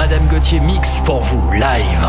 Madame Gauthier mix pour vous, live.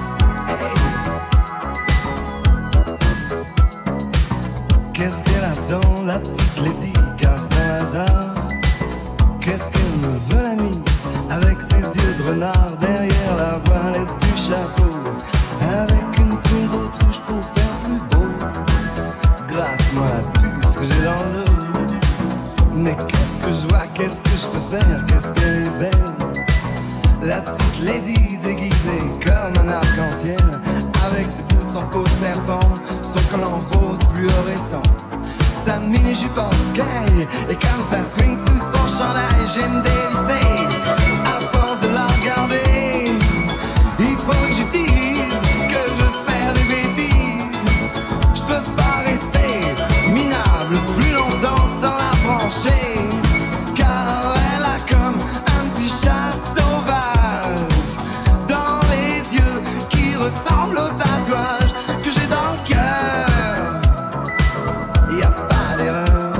Qu'est-ce qu'elle attend? dans la petite Lady, car sans hasard, qu'est-ce qu'elle me veut la mise, avec ses yeux de renard derrière la voilette du chapeau, avec une poule d'autruche pour faire plus beau. Gratte-moi la puce que j'ai dans le dos. Mais qu'est-ce que je vois, qu'est-ce que je peux faire, qu'est-ce qu'elle est belle, la petite Lady déguisée comme un arc-en-ciel, avec ses boots en peau de serpent, son collant rose fluorescent, sa mini-jupe en sky, et comme ça swing sous son chandail, j'ai me dévisser. À force de la regarder, il faut que je dise que je veux faire des bêtises. Je peux pas rester minable plus longtemps sans la brancher, car elle a comme un petit chat sauvage dans les yeux qui ressemblent au tatouage que j'ai dans le cœur. Y a pas d'erreur,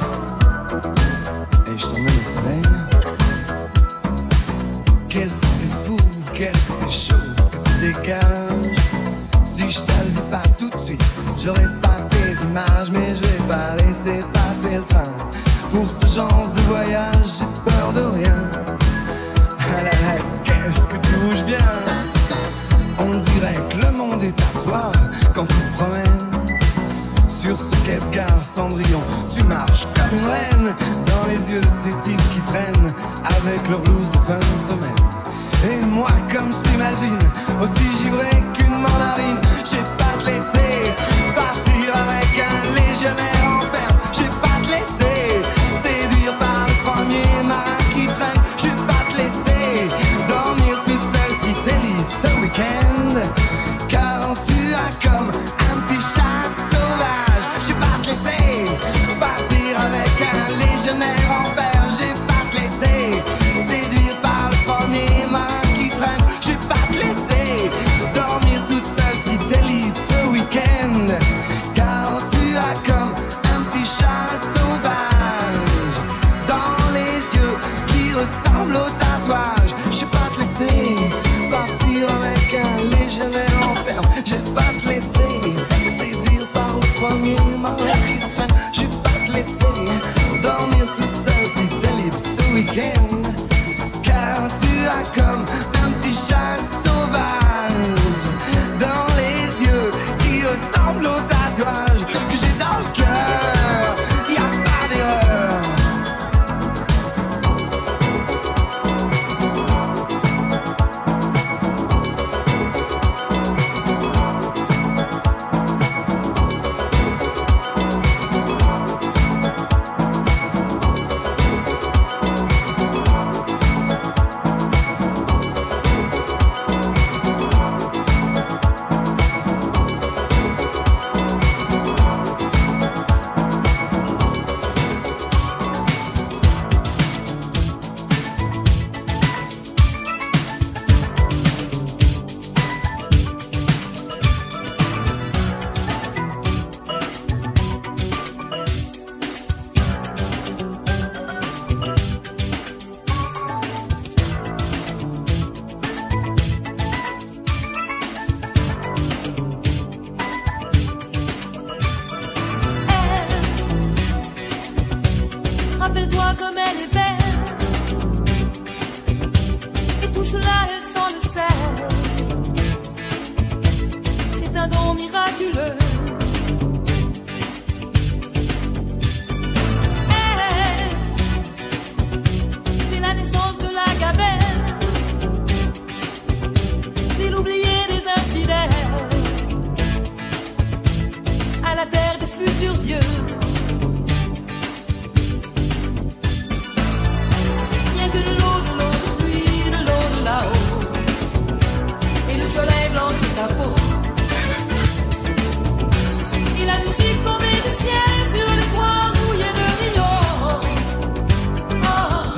et je t'emmène au soleil. Qu'est-ce que c'est fou, qu'est-ce que c'est chaud, ce que tu dégages. Si je te le dis pas tout de suite, j'aurai pas tes images, mais je vais pas laisser passer le train. Pour ce genre de voyage, j'ai peur de rien. Ah là là, qu'est-ce que tu bouges bien. On dirait que le monde est à toi quand tu te promènes sur ce quai de gare Cendrillon. Tu marches comme une reine dans les yeux de ces types qui traînent avec leur blouse de fin de semaine. Et moi, comme je t'imagine, aussi givré qu'une mandarine, j'ai pas te laisser partir avec un légionnaire en perme. J'ai pas te laisser séduire par le premier marin qui traîne. J'ai pas te laisser dormir toute seule si t'es libre ce week-end, car tu as comme un petit chat sauvage. J'ai pas te laisser partir avec un légionnaire en perme. J'ai pas te laisser séduire par le premier marin qui traîne. J'ai pas te laisser dormir toute seule si t'es libre ce week-end, car tu as comme un petit chat sauvage dans les yeux qui ressemblent au tatouage. J'ai pas te laisser partir avec un légionnaire en ferme. J'ai pas te laisser séduire par le premier marin qui traîne. J'ai pas te laisser dormir toute seule si t'es libre ce week-end, car tu as comme un petit chat sauvage dans les yeux qui ressemblent au tatouage que j'ai dans le cœur. Y a pas d'erreur. Rappelle-toi comme elle est belle, et touche-la, elle sent le sel. C'est un don miraculeux. Elle, c'est la naissance de la gabelle, c'est l'oublié des infidèles, à la terre des futurs dieux. De l'eau de pluie, de l'eau de là-haut, et le soleil blanc sur ta peau, et la musique tombée du ciel sur les toits mouillés de Rio. Oh.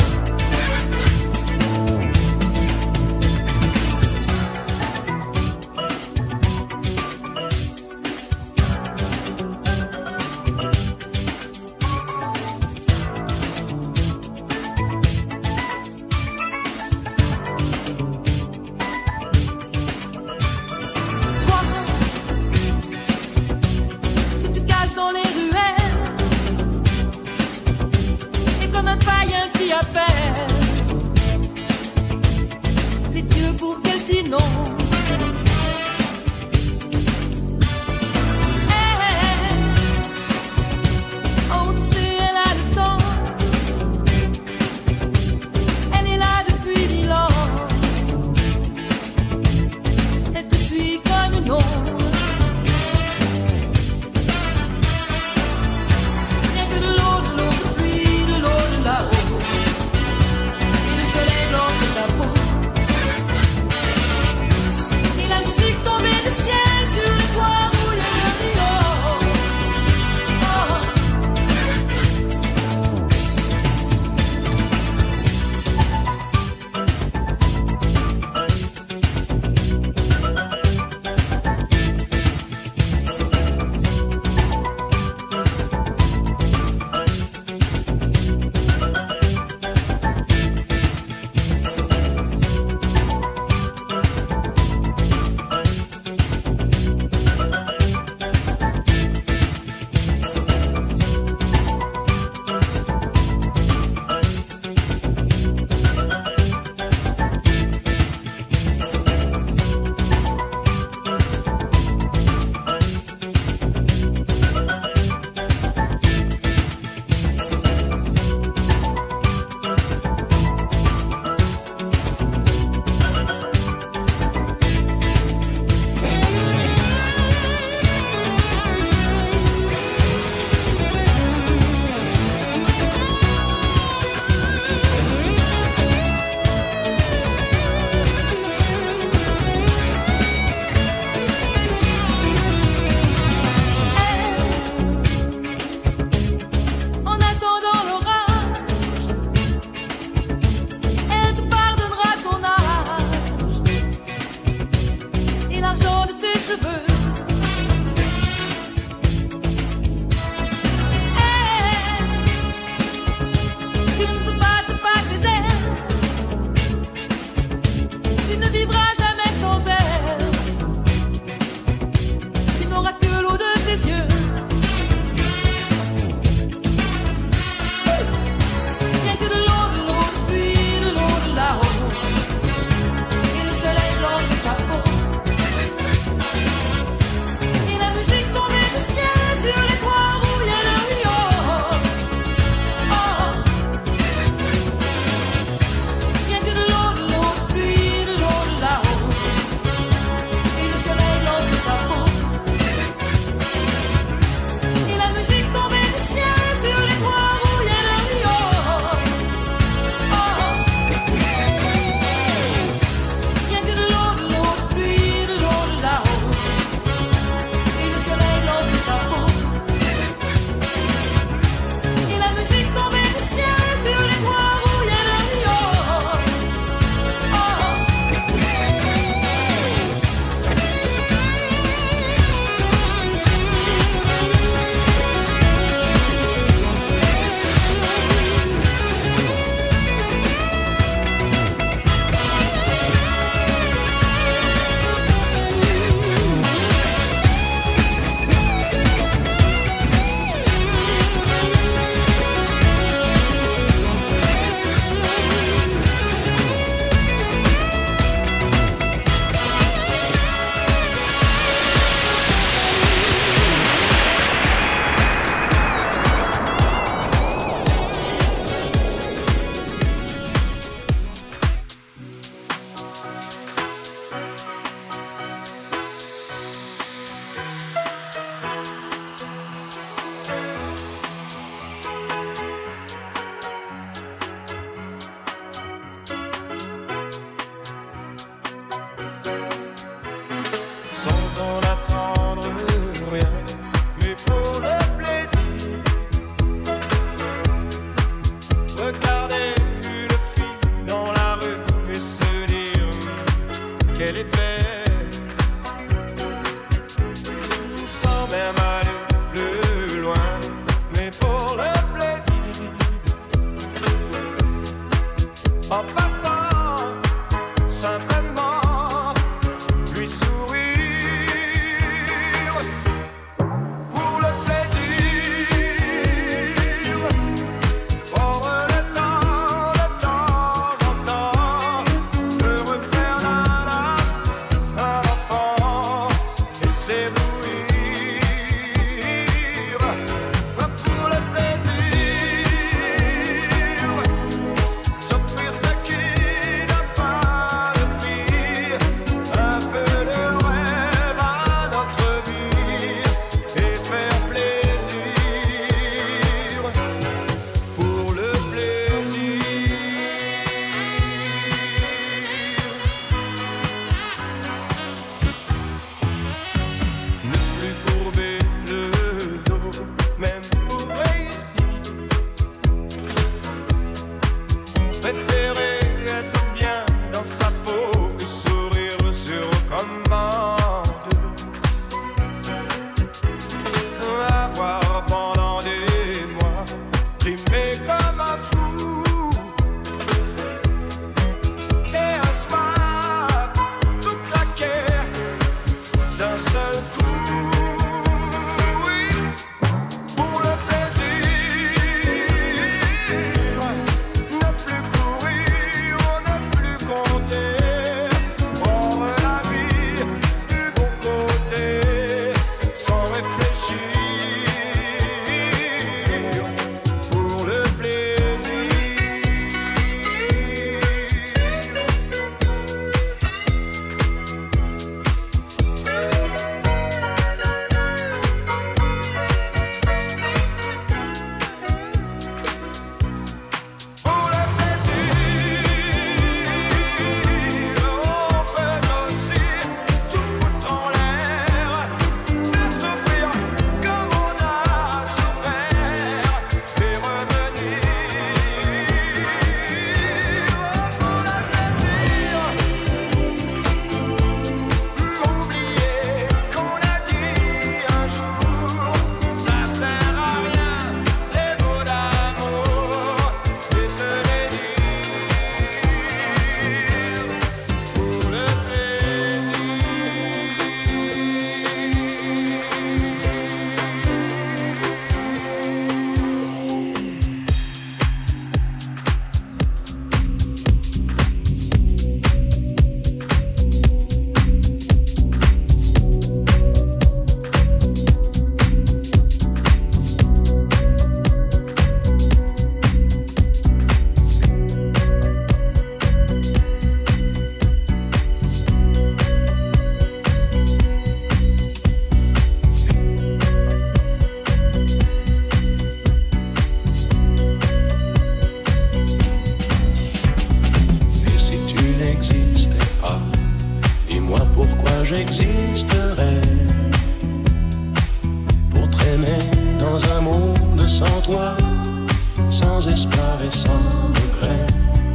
j'existerais pour traîner dans un monde sans toi, sans espoir et sans regret.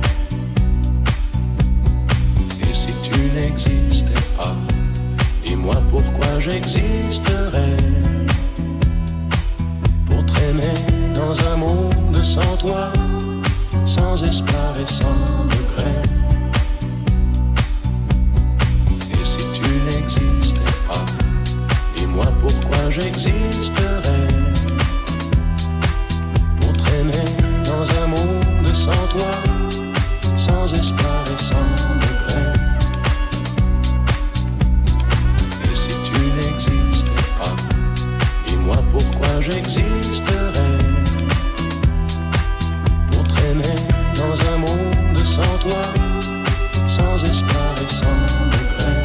Et si tu n'existais pas, dis-moi pourquoi j'existerais pour traîner dans un monde sans toi, sans espoir et sans regret. Et si tu n'existais pas, dis-moi pourquoi j'existerais pour traîner dans un monde sans toi, sans espoir et sans regret. Et si tu n'existais pas, dis-moi pourquoi j'existerais pour traîner dans un monde sans toi, sans espoir et sans regret.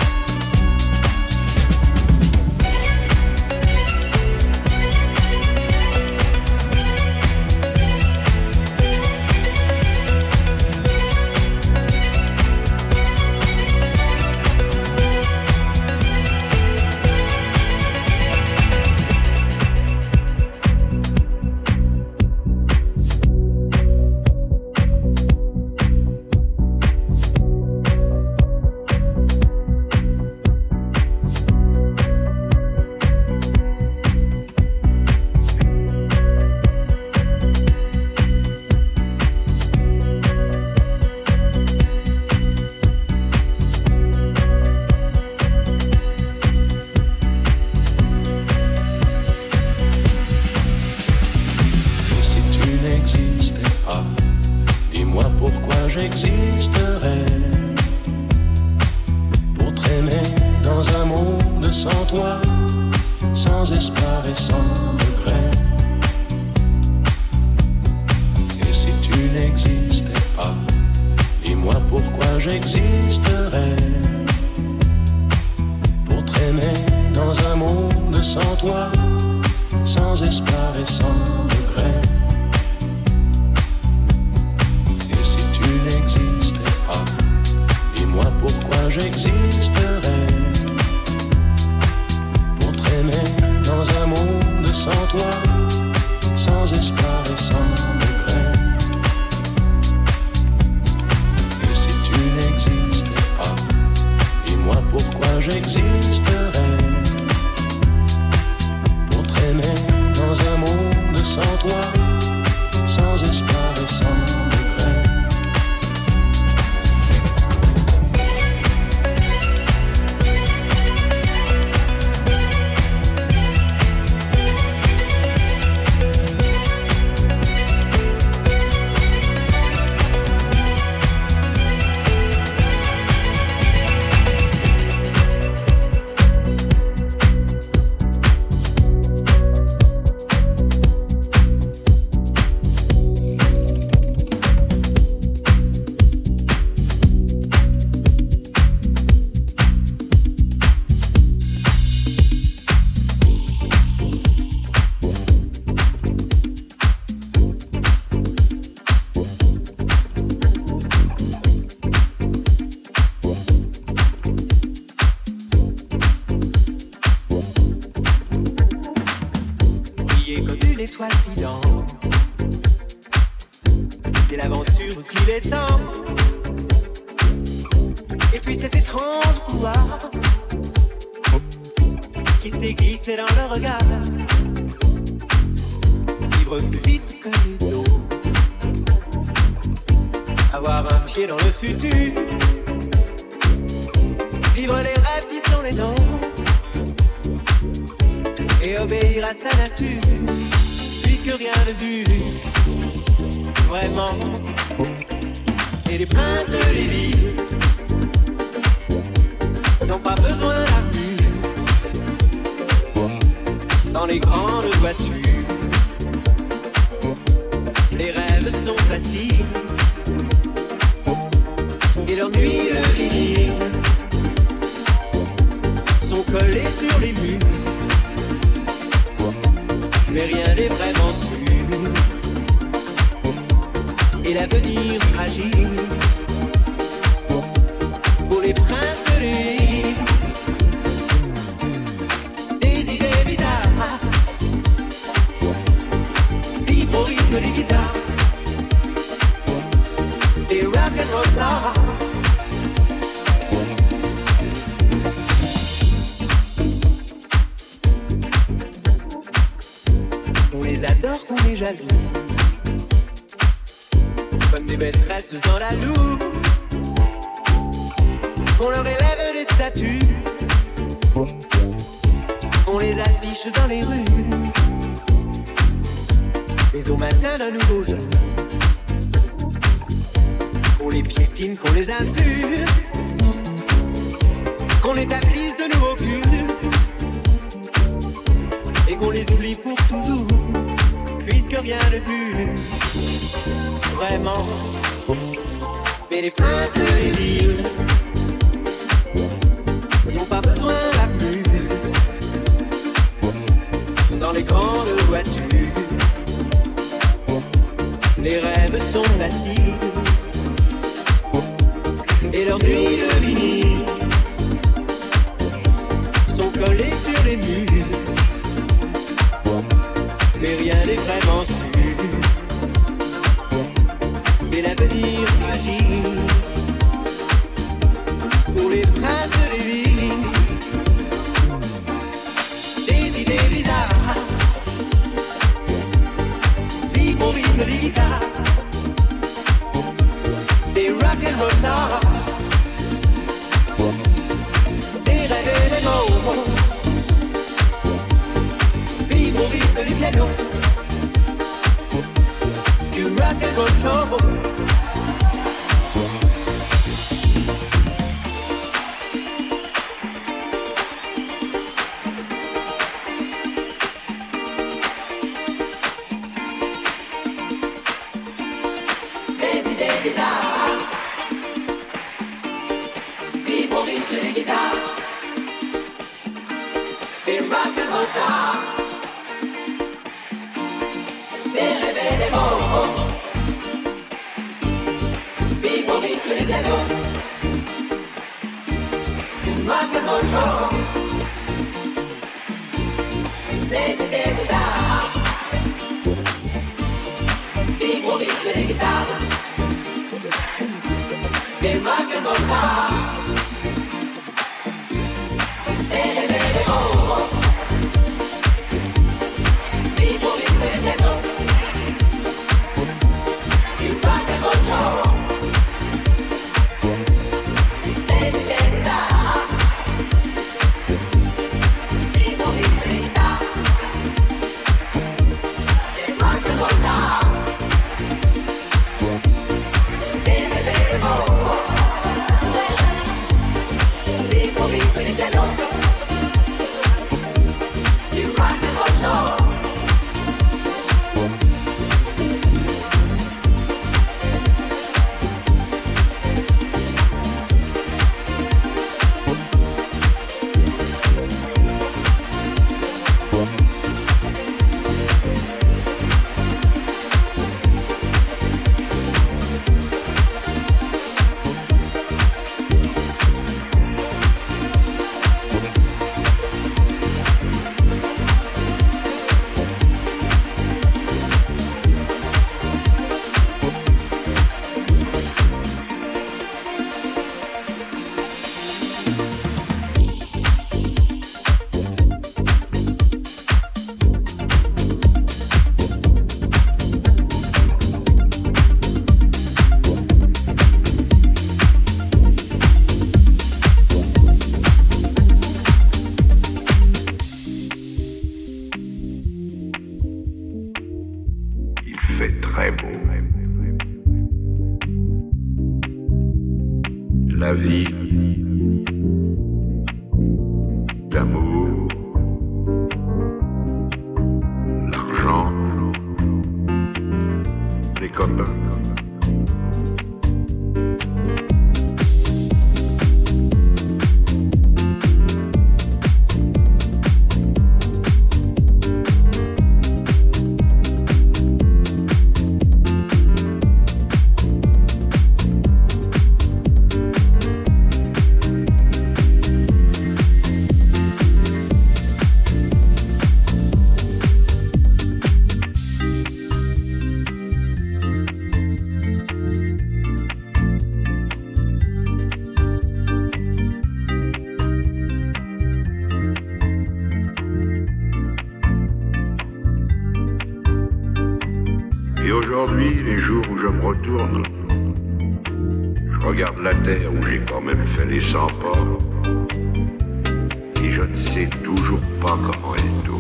J'existerais pour traîner dans un monde sans toi, sans espoir et sans regret. Et si tu n'existais pas, dis-moi pourquoi j'existerais pour traîner dans un monde sans toi, sans espoir et sans regret. Pourquoi j'existerais pour traîner dans un monde sans toi, sans espoir et sans regret. Et si tu n'existais pas, dis-moi pourquoi j'existerais pour traîner dans un monde sans toi, briller comme une étoile filante. C'est l'aventure qu'il est temps. Et puis cet étrange pouvoir qui s'est glissé dans le regard, vivre plus vite que les autres, avoir un pied dans le futur, vivre les rêves qui sont les nôtres et obéir à sa nature, puisque rien ne dure vraiment. Et les princes des villes n'ont pas besoin d'armure dans les grandes voitures. Les rêves sont faciles et leurs nuits de vinyle sont collés sur les murs, mais rien n'est vraiment sûr. Et l'avenir fragile pour les princes des villes. Des idées bizarres, vivre au rythme des guitares, des rock'n'roll stars. On les adore, on les jaloux, comme des maîtresses sans la loupe. On leur élève des statues, on les affiche dans les rues. Mais au matin d'un nouveau jour, on les piétine, qu'on les insulte, qu'on établisse de nouveaux cultes et qu'on les oublie pour toujours, puisque rien ne plus vraiment. Mais les princes des villes n'ont pas besoin d'armure dans les grandes voitures. Les rêves sont faciles et leurs nuits de vinyle sont collés sur les murs, mais rien n'est vraiment sûr. Et l'avenir fragile pour les princes des villes. Des idées bizarres, vivre au rythme des guitares, des rock'n'roll stars, des rêves et des mots, vivre au rythme du piano, du rock'n'roll show. très beau. La vie, l'amour, l'argent, les copains. Et aujourd'hui, les jours où je me retourne, je regarde la terre où j'ai quand même fait les 100 pas, et je ne sais toujours pas comment elle tourne.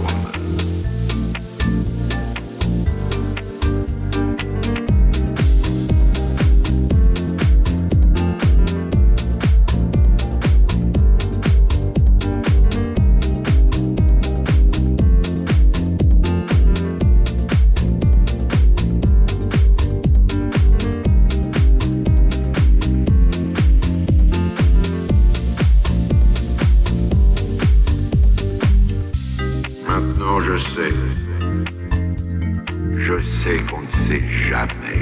Je sais qu'on ne sait jamais.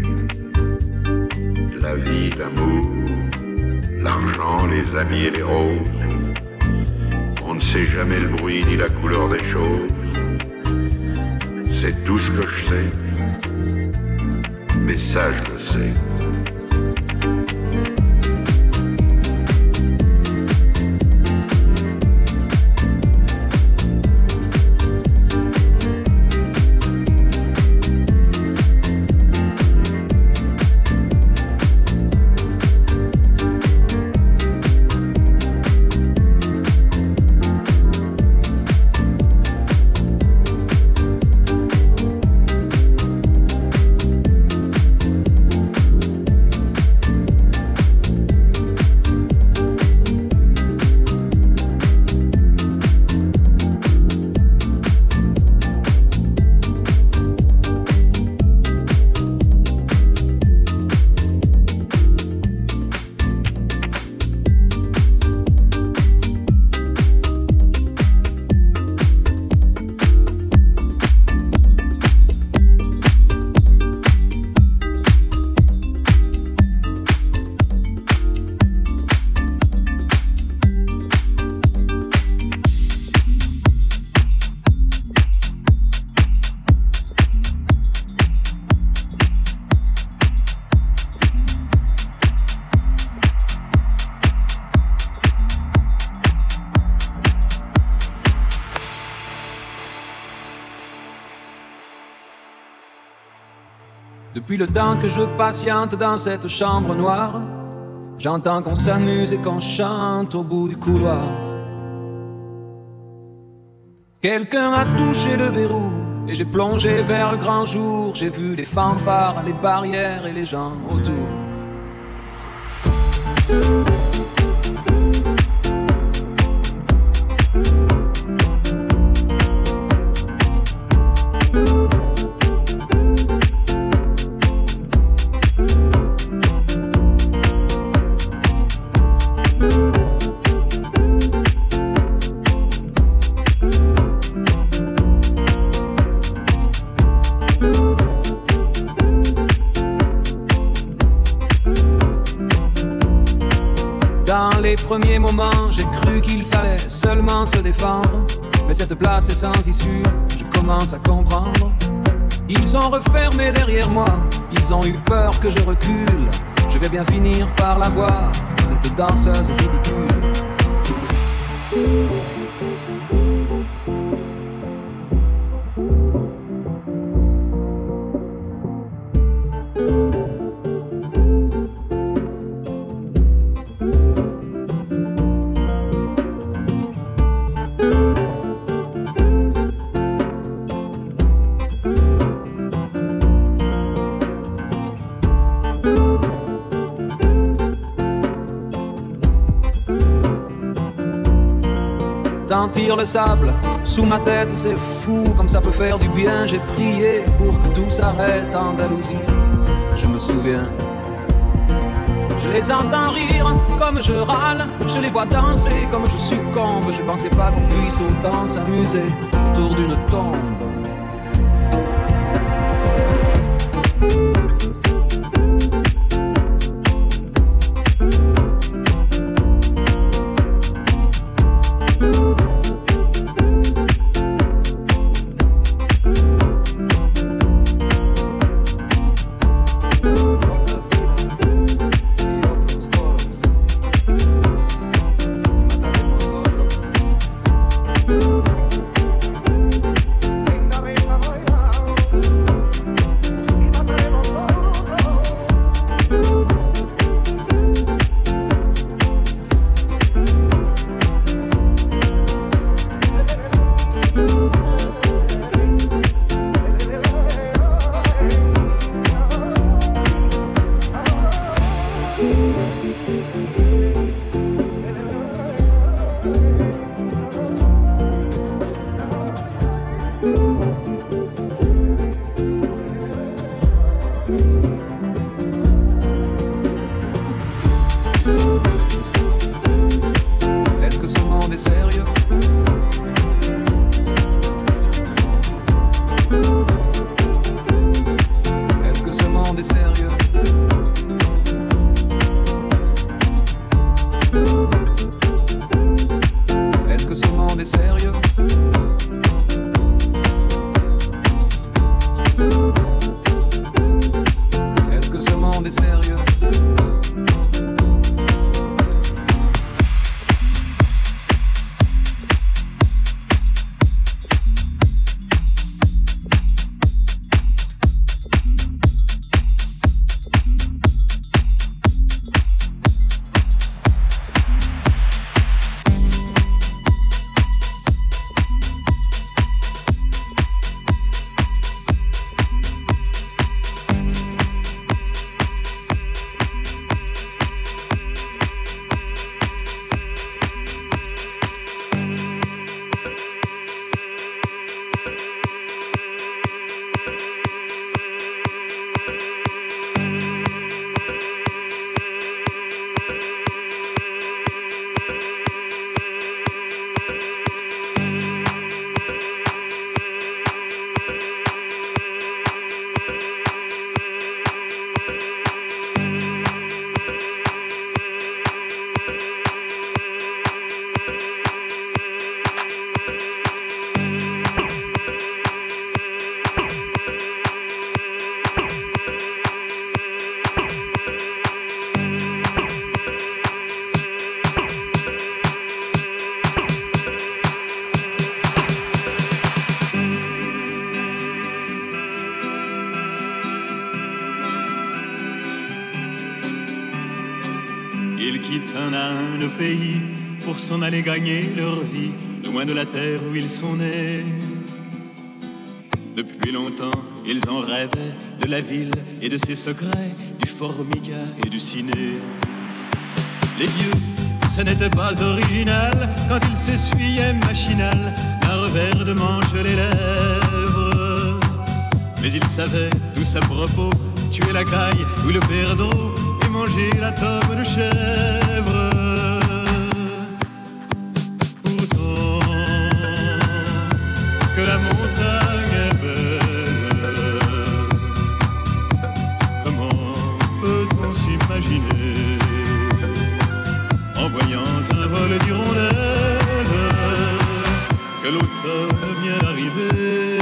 La vie, l'amour, l'argent, les amis et les roses. On ne sait jamais le bruit ni la couleur des choses. C'est tout ce que je sais. Mais ça, je le sais. Depuis le temps que je patiente dans cette chambre noire, j'entends qu'on s'amuse et qu'on chante au bout du couloir. Quelqu'un a touché le verrou et j'ai plongé vers le grand jour. J'ai vu les fanfares, les barrières et les gens autour. Dans les premiers moments, j'ai cru qu'il fallait seulement se défendre. Mais cette place est sans issue, je commence à comprendre. Ils ont refermé derrière moi, ils ont eu peur que je recule. Je vais bien finir par la voir, cette danseuse ridicule. sentir le sable sous ma tête, c'est fou comme ça peut faire du bien. J'ai prié pour que tout s'arrête en Andalousie, je me souviens. Je les entends rire comme je râle, je les vois danser comme je succombe. Je pensais pas qu'on puisse autant s'amuser autour d'une tombe. Ils quittent un à un le pays pour s'en aller gagner leur vie, loin de la terre où ils sont nés. Depuis longtemps, ils en rêvaient de la ville et de ses secrets, du Formica et du ciné. Les vieux, ça n'était pas original quand ils s'essuyaient machinal d'un revers de manche les lèvres. Mais ils savaient tous à propos tuer la caille ou le verre d'eau et manger la tome de chèvre. Pourtant, que la montagne est belle, comment peut-on s'imaginer en voyant un vol d'hirondelles que l'automne vient arriver.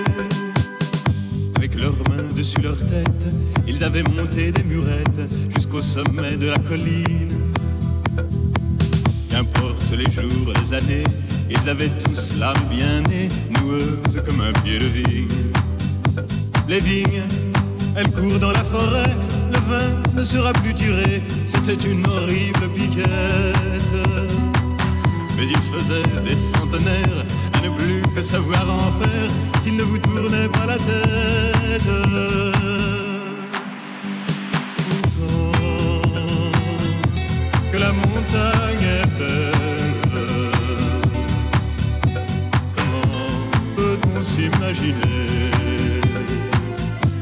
Avec leurs mains dessus leur tête, ils avaient monté des murettes jusqu'au sommet de la colline. Qu'importe les jours, les années, ils avaient tous l'âme bien née, noueuse comme un pied de vigne. Les vignes, elles courent dans la forêt, le vin ne sera plus tiré, c'était une horrible piquette. Mais il faisait des centenaires à ne plus que savoir en faire s'il ne vous tournait pas la tête. Pourtant, que la montagne est belle,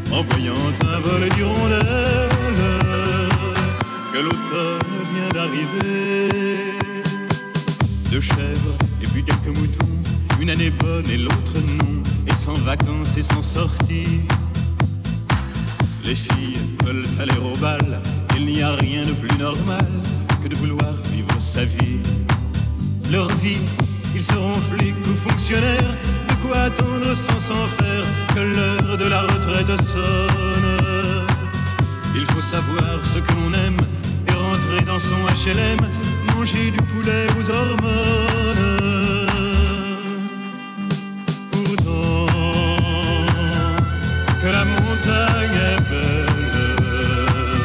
en voyant un vol d'hirondelles, que l'automne vient d'arriver. Deux chèvres et puis quelques moutons, une année bonne et l'autre non, et sans vacances et sans sortie. Les filles veulent aller au bal, il n'y a rien de plus normal que de vouloir vivre sa vie. Leur vie, ils seront flics ou fonctionnaires, de quoi attendre sans s'en faire que l'heure de la retraite sonne. Il faut savoir ce que l'on aime et rentrer dans son HLM, manger du poulet aux hormones. Pourtant, que la montagne est belle,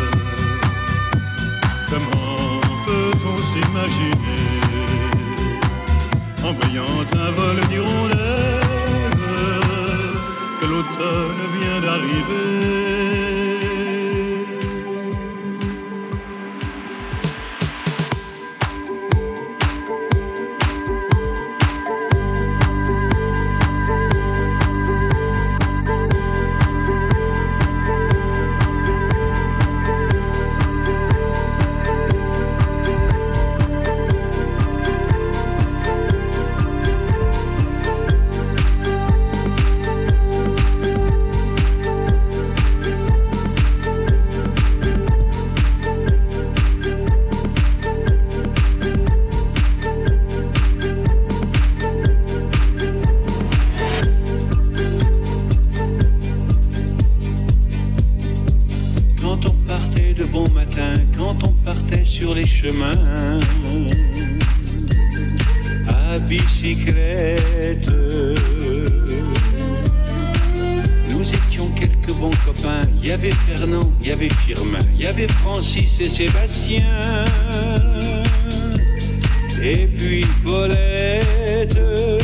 comment peut-on s'imaginer en voyant un vol d'hirondelles que l'automne vient d'arriver? À bicyclette, nous étions quelques bons copains. Il y avait Fernand, il y avait Firmin, il y avait Francis et Sébastien, et puis Paulette.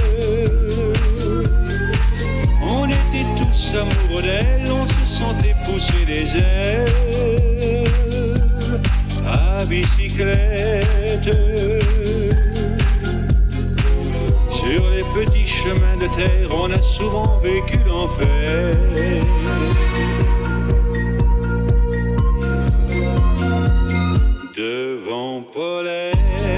On était tous amoureux d'elle, on se sentait pousser des ailes à bicyclette. Sur les petits chemins de terre, on a souvent vécu l'enfer. Devant Paulette.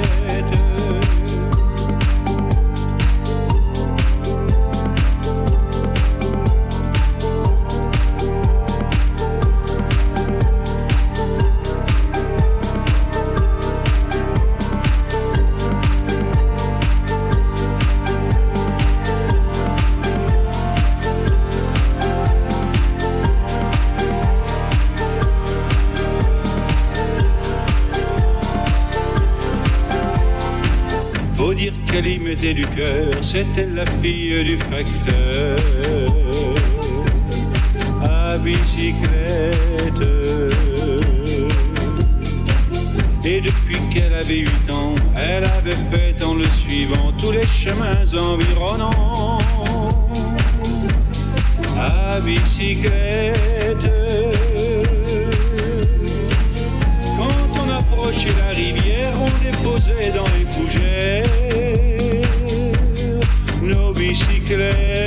Qu'elle y mettait du cœur, c'était la fille du facteur à bicyclette. Et depuis qu'elle avait 8 ans, elle avait fait en le suivant tous les chemins environnants à bicyclette. Quand on approchait la rivière, on déposait dans les fougères nos bicyclettes.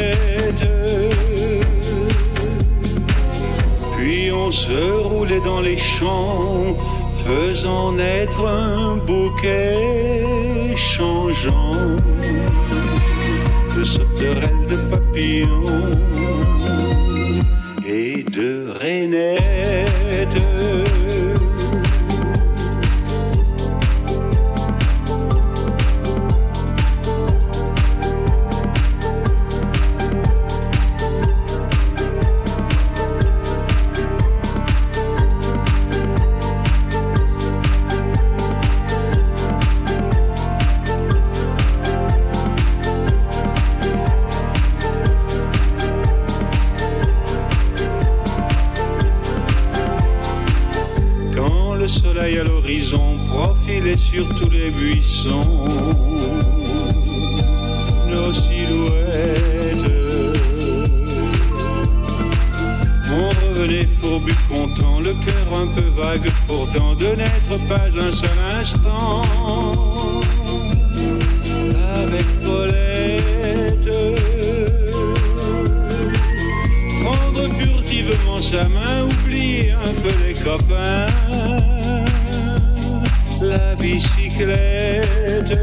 Puis on se roulait dans les champs, faisant naître un bouquet changeant de sauterelles, de papillons et de rainettes. À l'horizon, profilé sur tous les buissons, nos silhouettes. On revenait fourbu content, le cœur un peu vague pourtant, de n'être pas un seul instant avec Paulette. Prendre furtivement vivement sa main, oublier un peu les copains. La bicyclette,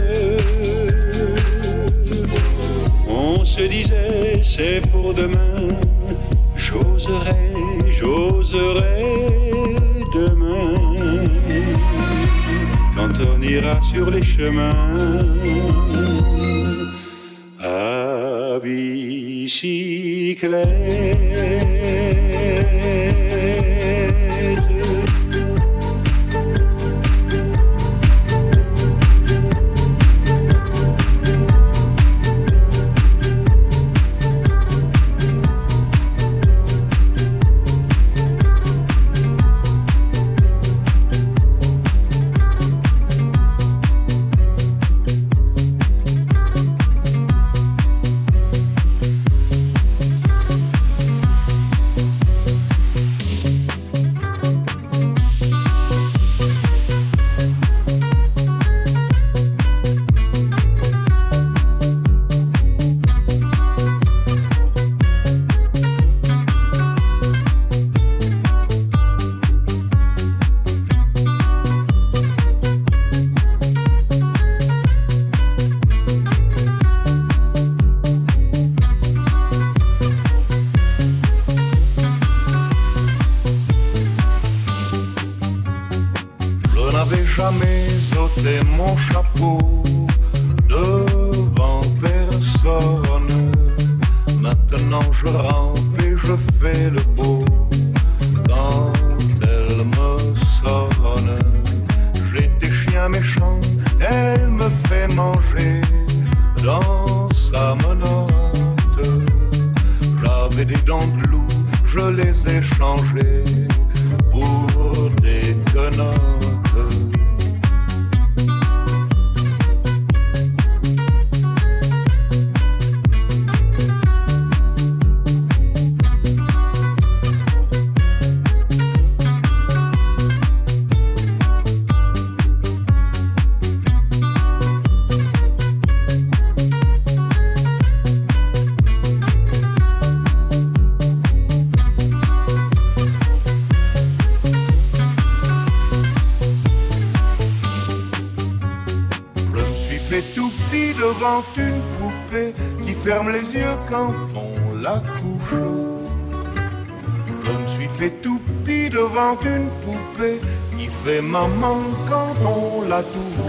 on se disait c'est pour demain. J'oserai demain, quand on ira sur les chemins à bicyclette. Quand on la couche, je me suis fait tout petit devant une poupée qui fait maman quand on la touche.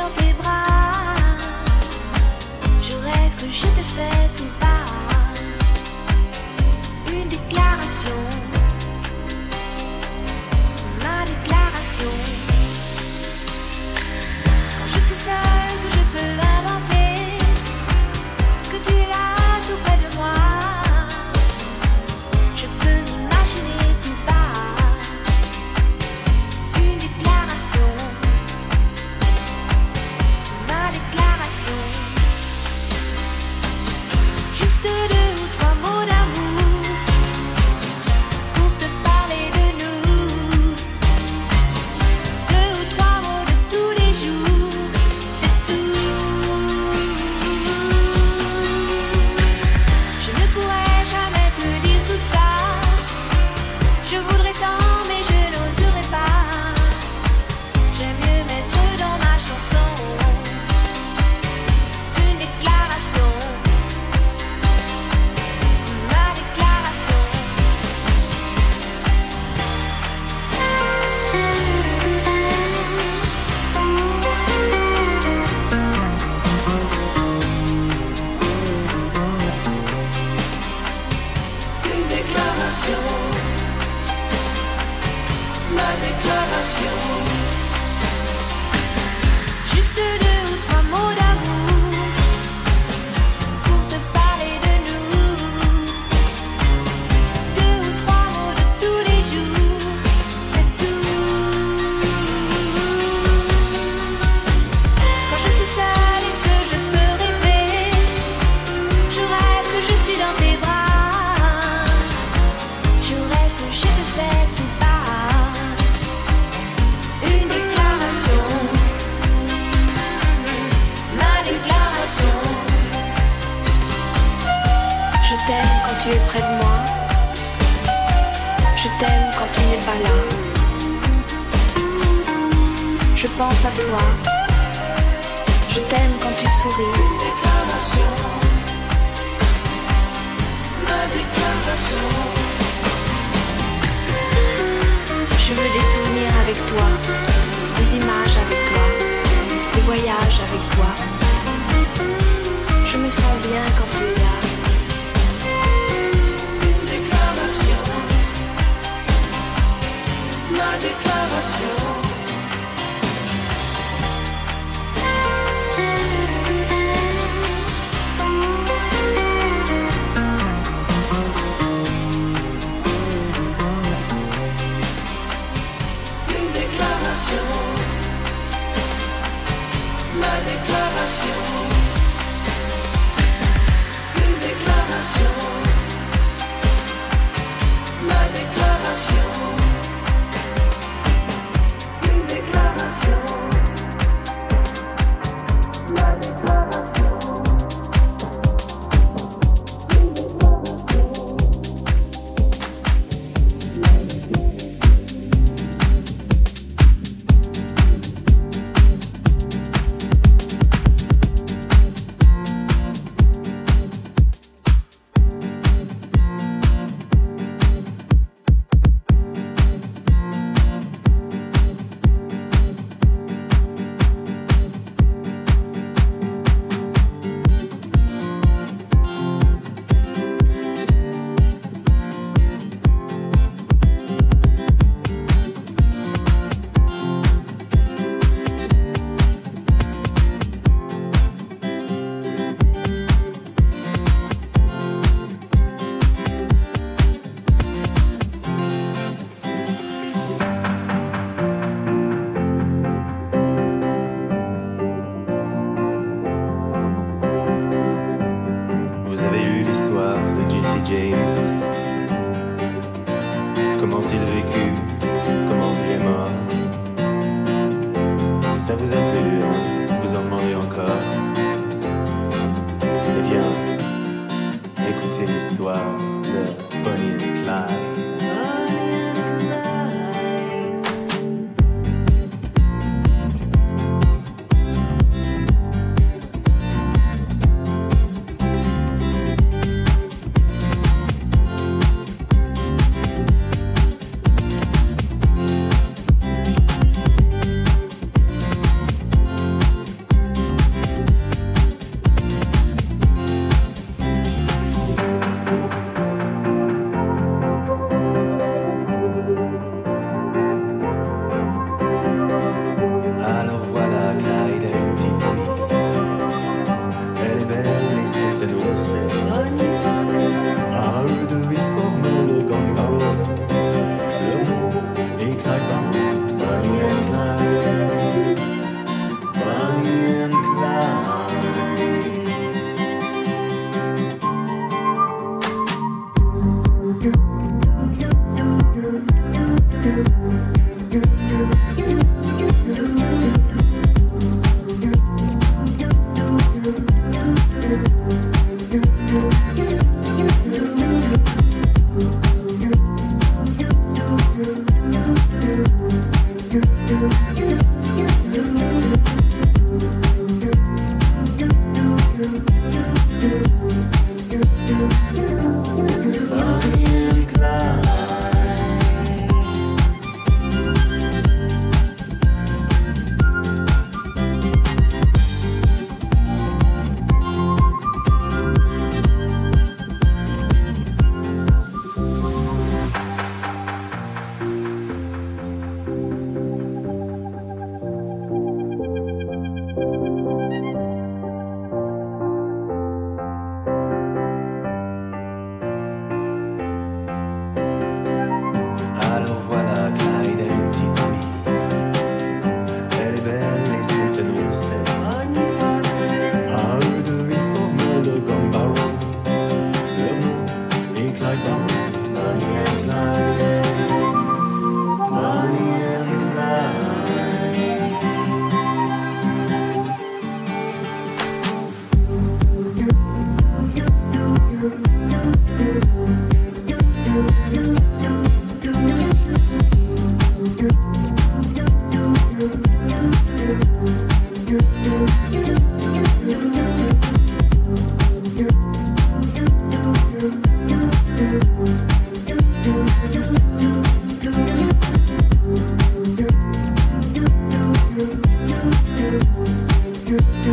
dans tes bras. Je rêve que je te fais tout part. Une déclaration, ma déclaration. Quand je suis seule, que je peux inventer que tu es là tout près de moi. Je peux m'imaginer tout bas. Une déclaration, ma déclaration. Juste 2 ou 3 mots d'amour pour te parler de nous. 2 ou 3 mots de tous les jours, c'est tout. Je ne pourrais jamais te dire tout ça. Je voudrais tant mais je n'oserais pas. J'aime mieux mettre dans ma chanson une déclaration, ma déclaration. Une déclaration, ma déclaration. Juste 2 ou 3 mots d'amour pour te parler de nous. 2 ou 3 mots de tous les jours, c'est tout. Quand je suis seule et que je peux rêver, je rêve que je suis dans tes bras. Je rêve que je te fais tout part. Une déclaration, ma déclaration. Je t'aime quand tu es près de moi. Je t'aime quand tu n'es pas là. Je pense à toi. Je t'aime quand tu souris. Déclaration, ma déclaration. Je veux des souvenirs avec toi, des images avec toi, des voyages avec toi. Je me sens bien quand tu es là. Une déclaration, ma déclaration. Une déclaration, ma déclaration. Une déclaration, ma déclaration. Une déclaration, ma déclaration. Vous avez lu l'histoire de Jesse James. Comment il vécut, comment il est mort. Ça vous a plu, hein? Vous en demandez encore. Eh bien, écoutez l'histoire de Bonnie and Clyde.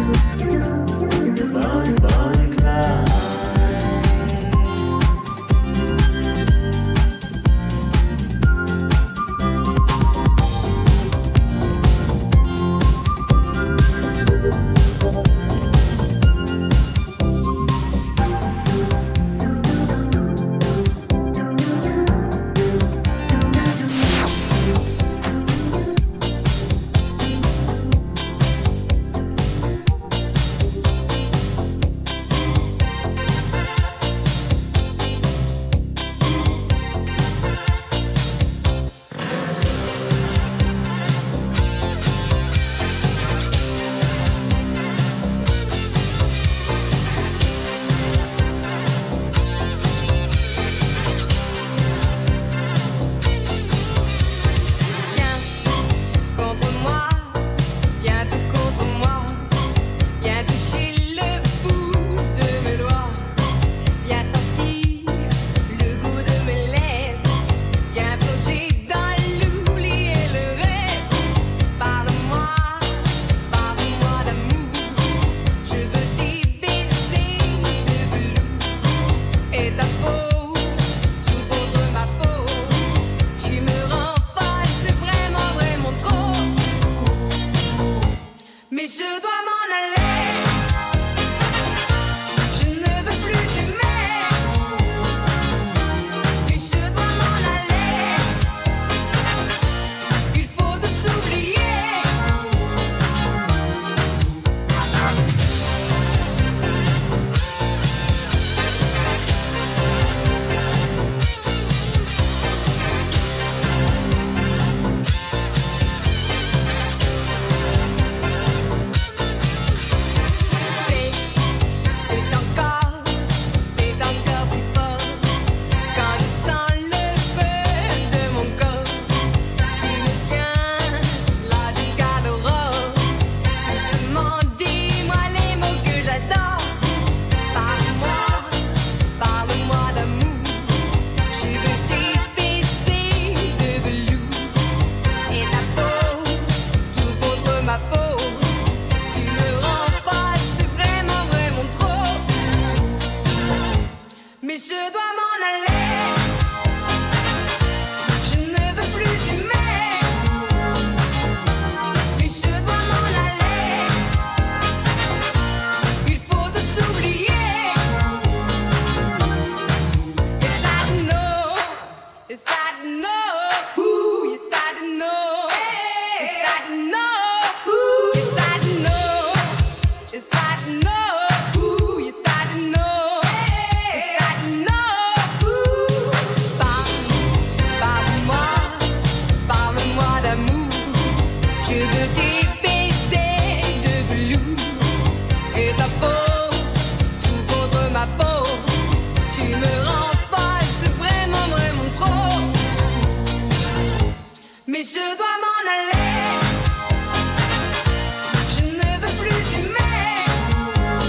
Je ne veux plus t'aimer.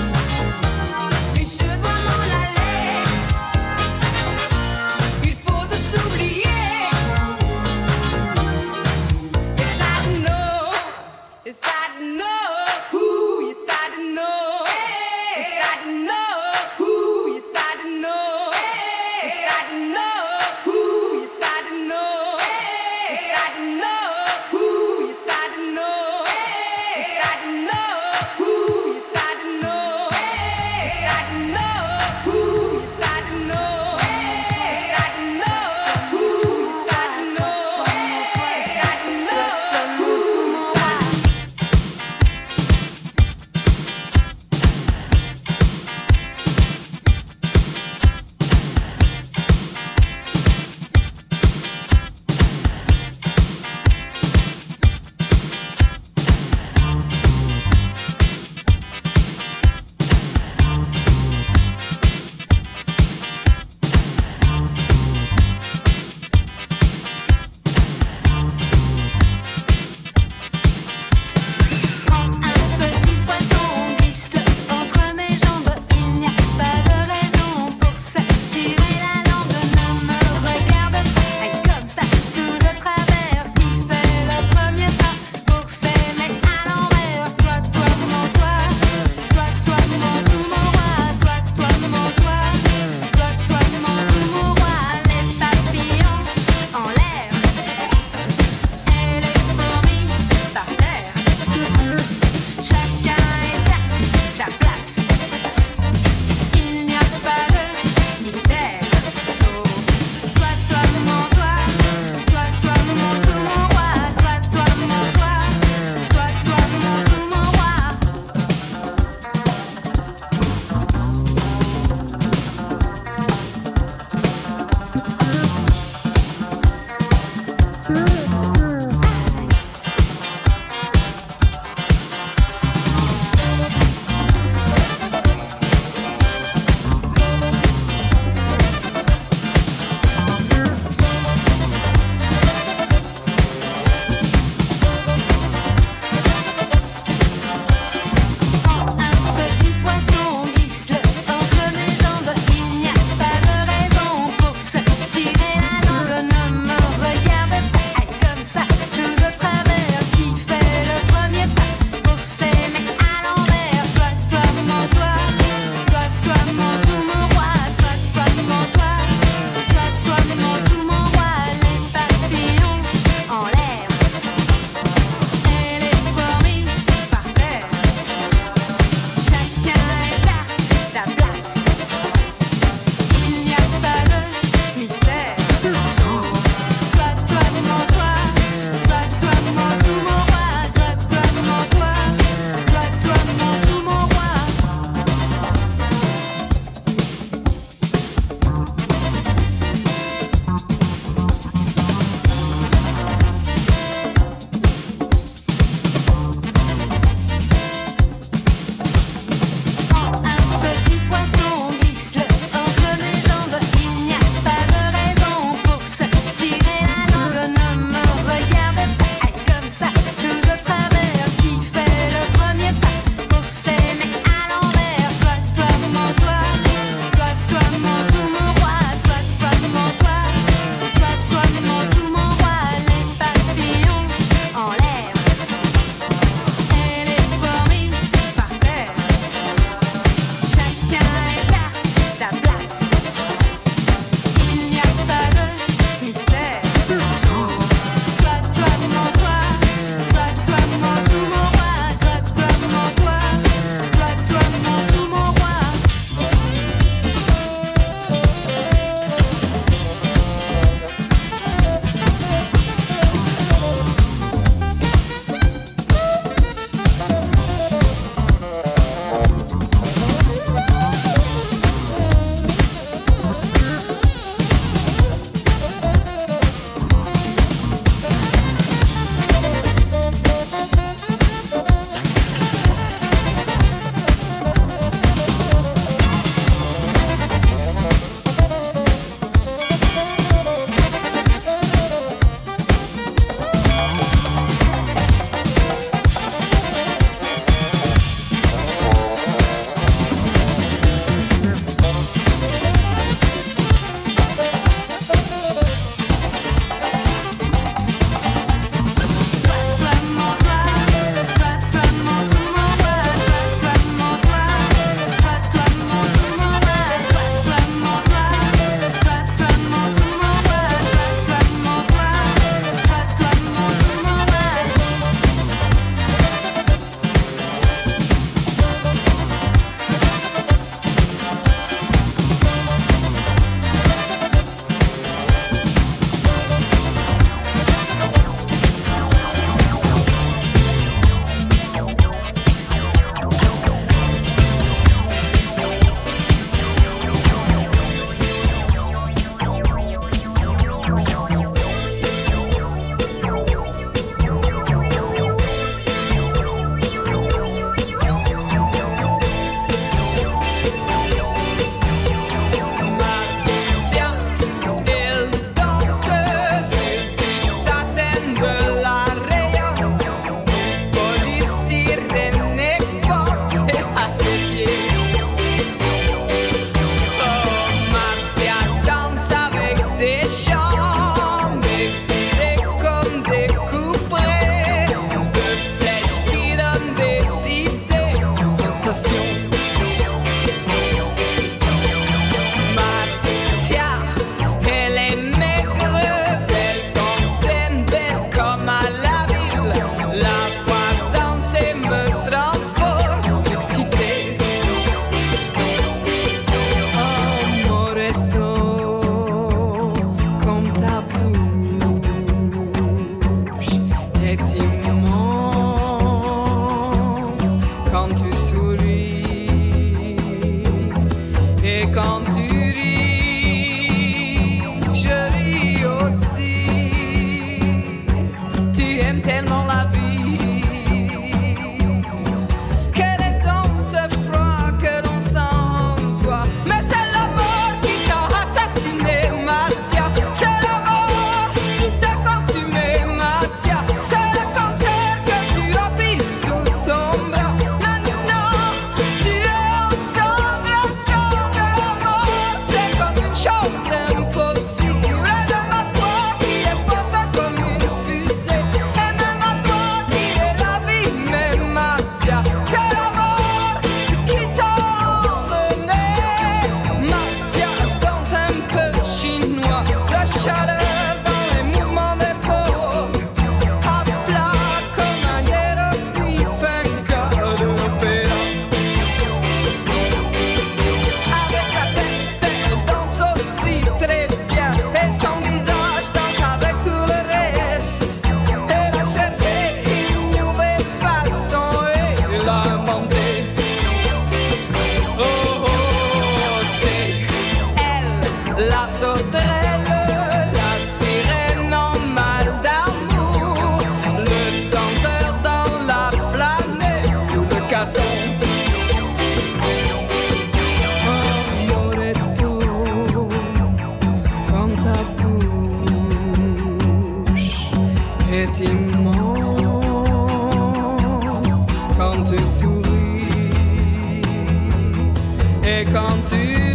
immense quand tu souris et quand tu